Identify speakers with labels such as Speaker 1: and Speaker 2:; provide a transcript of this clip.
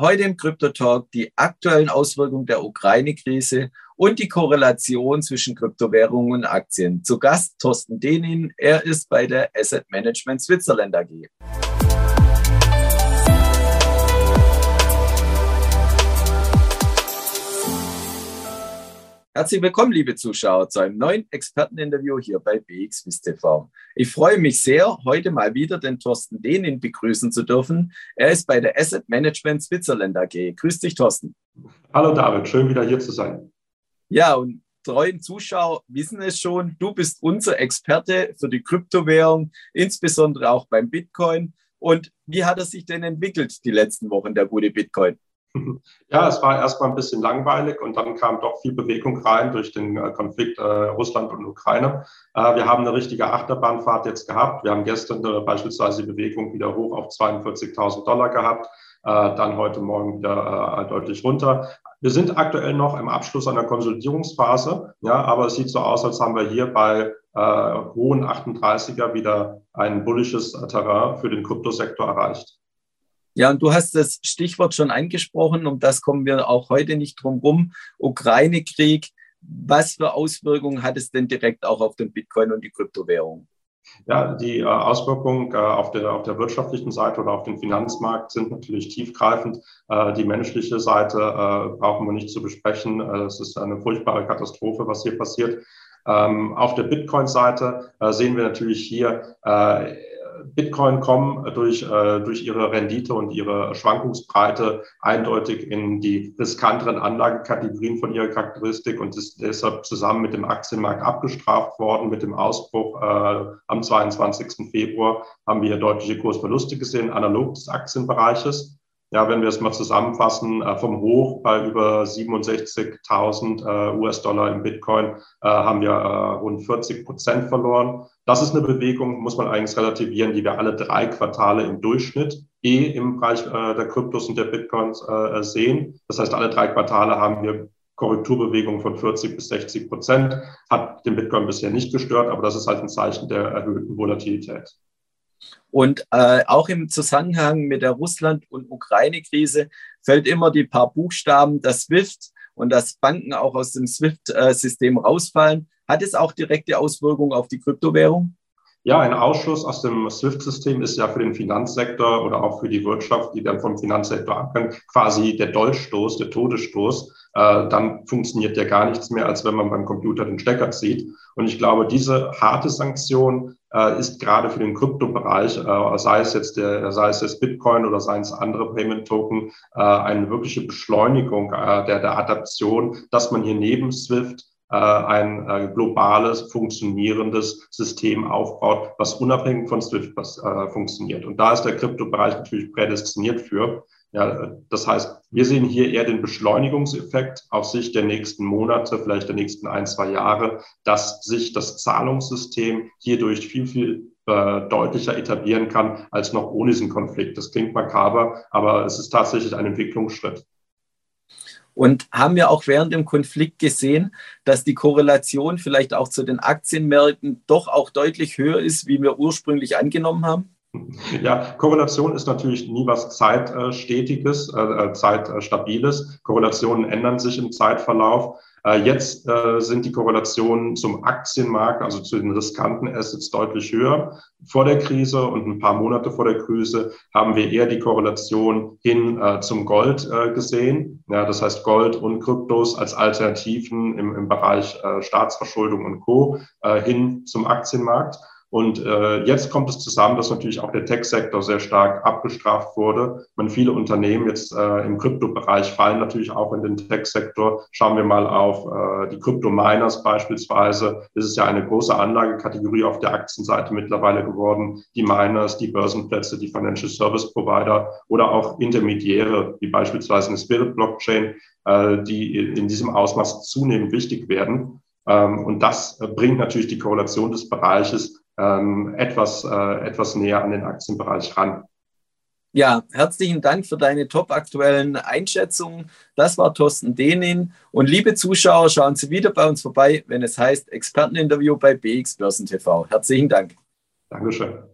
Speaker 1: heute im Krypto-Talk die aktuellen Auswirkungen der Ukraine-Krise und die Korrelation zwischen Kryptowährungen und Aktien. Zu Gast Thorsten Denin, er ist bei der Asset Management Switzerland AG. Herzlich willkommen, liebe Zuschauer, zu einem neuen Experteninterview hier bei BXWIST TV. Ich freue mich sehr, heute mal wieder den Thorsten Denin begrüßen zu dürfen. Er ist bei der Asset Management Switzerland AG. Grüß dich, Thorsten.
Speaker 2: Hallo David, schön wieder hier zu sein.
Speaker 1: Ja, und treuen Zuschauer wissen es schon, du bist unser Experte für die Kryptowährung, insbesondere auch beim Bitcoin. Und wie hat er sich denn entwickelt die letzten Wochen, der gute Bitcoin?
Speaker 2: Ja, es war erstmal ein bisschen langweilig und dann kam doch viel Bewegung rein durch den Konflikt Russland und Ukraine. Wir haben eine richtige Achterbahnfahrt jetzt gehabt. Wir haben gestern beispielsweise die Bewegung wieder hoch auf 42.000 Dollar gehabt, dann heute Morgen wieder deutlich runter. Wir sind aktuell noch im Abschluss einer Konsolidierungsphase, ja, aber es sieht so aus, als haben wir hier bei hohen 38er wieder ein bullisches Terrain für den Kryptosektor erreicht.
Speaker 1: Ja, und du hast das Stichwort schon angesprochen, um das kommen wir auch heute nicht drum rum. Ukraine-Krieg, was für Auswirkungen hat es denn direkt auch auf den Bitcoin und die Kryptowährung?
Speaker 2: Ja, die Auswirkungen auf der wirtschaftlichen Seite oder auf den Finanzmarkt sind natürlich tiefgreifend. Die menschliche Seite brauchen wir nicht zu besprechen. Es ist eine furchtbare Katastrophe, was hier passiert. Auf der Bitcoin-Seite sehen wir natürlich hier, Bitcoin kommen durch ihre Rendite und ihre Schwankungsbreite eindeutig in die riskanteren Anlagekategorien von ihrer Charakteristik und ist deshalb zusammen mit dem Aktienmarkt abgestraft worden. Mit dem Ausbruch am 22. Februar haben wir hier deutliche Kursverluste gesehen, analog des Aktienbereiches. Ja, wenn wir es mal zusammenfassen, vom Hoch bei über 67.000 US-Dollar im Bitcoin haben wir rund 40% verloren. Das ist eine Bewegung, muss man eigentlich relativieren, die wir alle 3 Quartale im Durchschnitt im Bereich der Kryptos und der Bitcoins sehen. Das heißt, alle 3 Quartale haben wir Korrekturbewegungen von 40-60%. Hat den Bitcoin bisher nicht gestört, aber das ist halt ein Zeichen der erhöhten Volatilität.
Speaker 1: Und auch im Zusammenhang mit der Russland- und Ukraine-Krise fällt immer die paar Buchstaben, das SWIFT und dass Banken auch aus dem SWIFT-System rausfallen. Hat es auch direkte Auswirkungen auf die Kryptowährung?
Speaker 2: Ja, ein Ausschluss aus dem SWIFT-System ist ja für den Finanzsektor oder auch für die Wirtschaft, die dann vom Finanzsektor abhängt, quasi der Dolchstoß, der Todesstoß. Dann funktioniert ja gar nichts mehr, als wenn man beim Computer den Stecker zieht. Und ich glaube, diese harte Sanktion ist gerade für den Kryptobereich, sei es jetzt Bitcoin oder seien es andere Payment-Token, eine wirkliche Beschleunigung der Adaption, dass man hier neben SWIFT ein globales, funktionierendes System aufbaut, was unabhängig von SWIFT funktioniert. Und da ist der Kryptobereich natürlich prädestiniert für. Ja, das heißt, wir sehen hier eher den Beschleunigungseffekt auf Sicht der nächsten Monate, vielleicht der nächsten 1-2 Jahre, dass sich das Zahlungssystem hierdurch viel deutlicher etablieren kann als noch ohne diesen Konflikt. Das klingt makaber, aber es ist tatsächlich ein Entwicklungsschritt.
Speaker 1: Und haben wir auch während dem Konflikt gesehen, dass die Korrelation vielleicht auch zu den Aktienmärkten doch auch deutlich höher ist, wie wir ursprünglich angenommen haben?
Speaker 2: Ja, Korrelation ist natürlich nie was Zeitstetiges, Zeitstabiles. Korrelationen ändern sich im Zeitverlauf. Jetzt sind die Korrelationen zum Aktienmarkt, also zu den riskanten Assets, deutlich höher. Vor der Krise und ein paar Monate vor der Krise haben wir eher die Korrelation hin zum Gold gesehen. Ja, das heißt Gold und Kryptos als Alternativen im Bereich Staatsverschuldung und Co. Hin zum Aktienmarkt. Und jetzt kommt es zusammen, dass natürlich auch der Tech-Sektor sehr stark abgestraft wurde. Viele Unternehmen jetzt im Kryptobereich fallen natürlich auch in den Tech-Sektor. Schauen wir mal auf die Krypto-Miners beispielsweise. Das ist ja eine große Anlagekategorie auf der Aktienseite mittlerweile geworden. Die Miners, die Börsenplätze, die Financial Service Provider oder auch Intermediäre, wie beispielsweise eine Spirit-Blockchain, die in diesem Ausmaß zunehmend wichtig werden. Und das bringt natürlich die Korrelation des Bereiches etwas näher an den Aktienbereich ran.
Speaker 1: Ja, herzlichen Dank für deine top-aktuellen Einschätzungen. Das war Thorsten Denin. Und liebe Zuschauer, schauen Sie wieder bei uns vorbei, wenn es heißt Experteninterview bei BX Börsen TV. Herzlichen Dank.
Speaker 2: Dankeschön.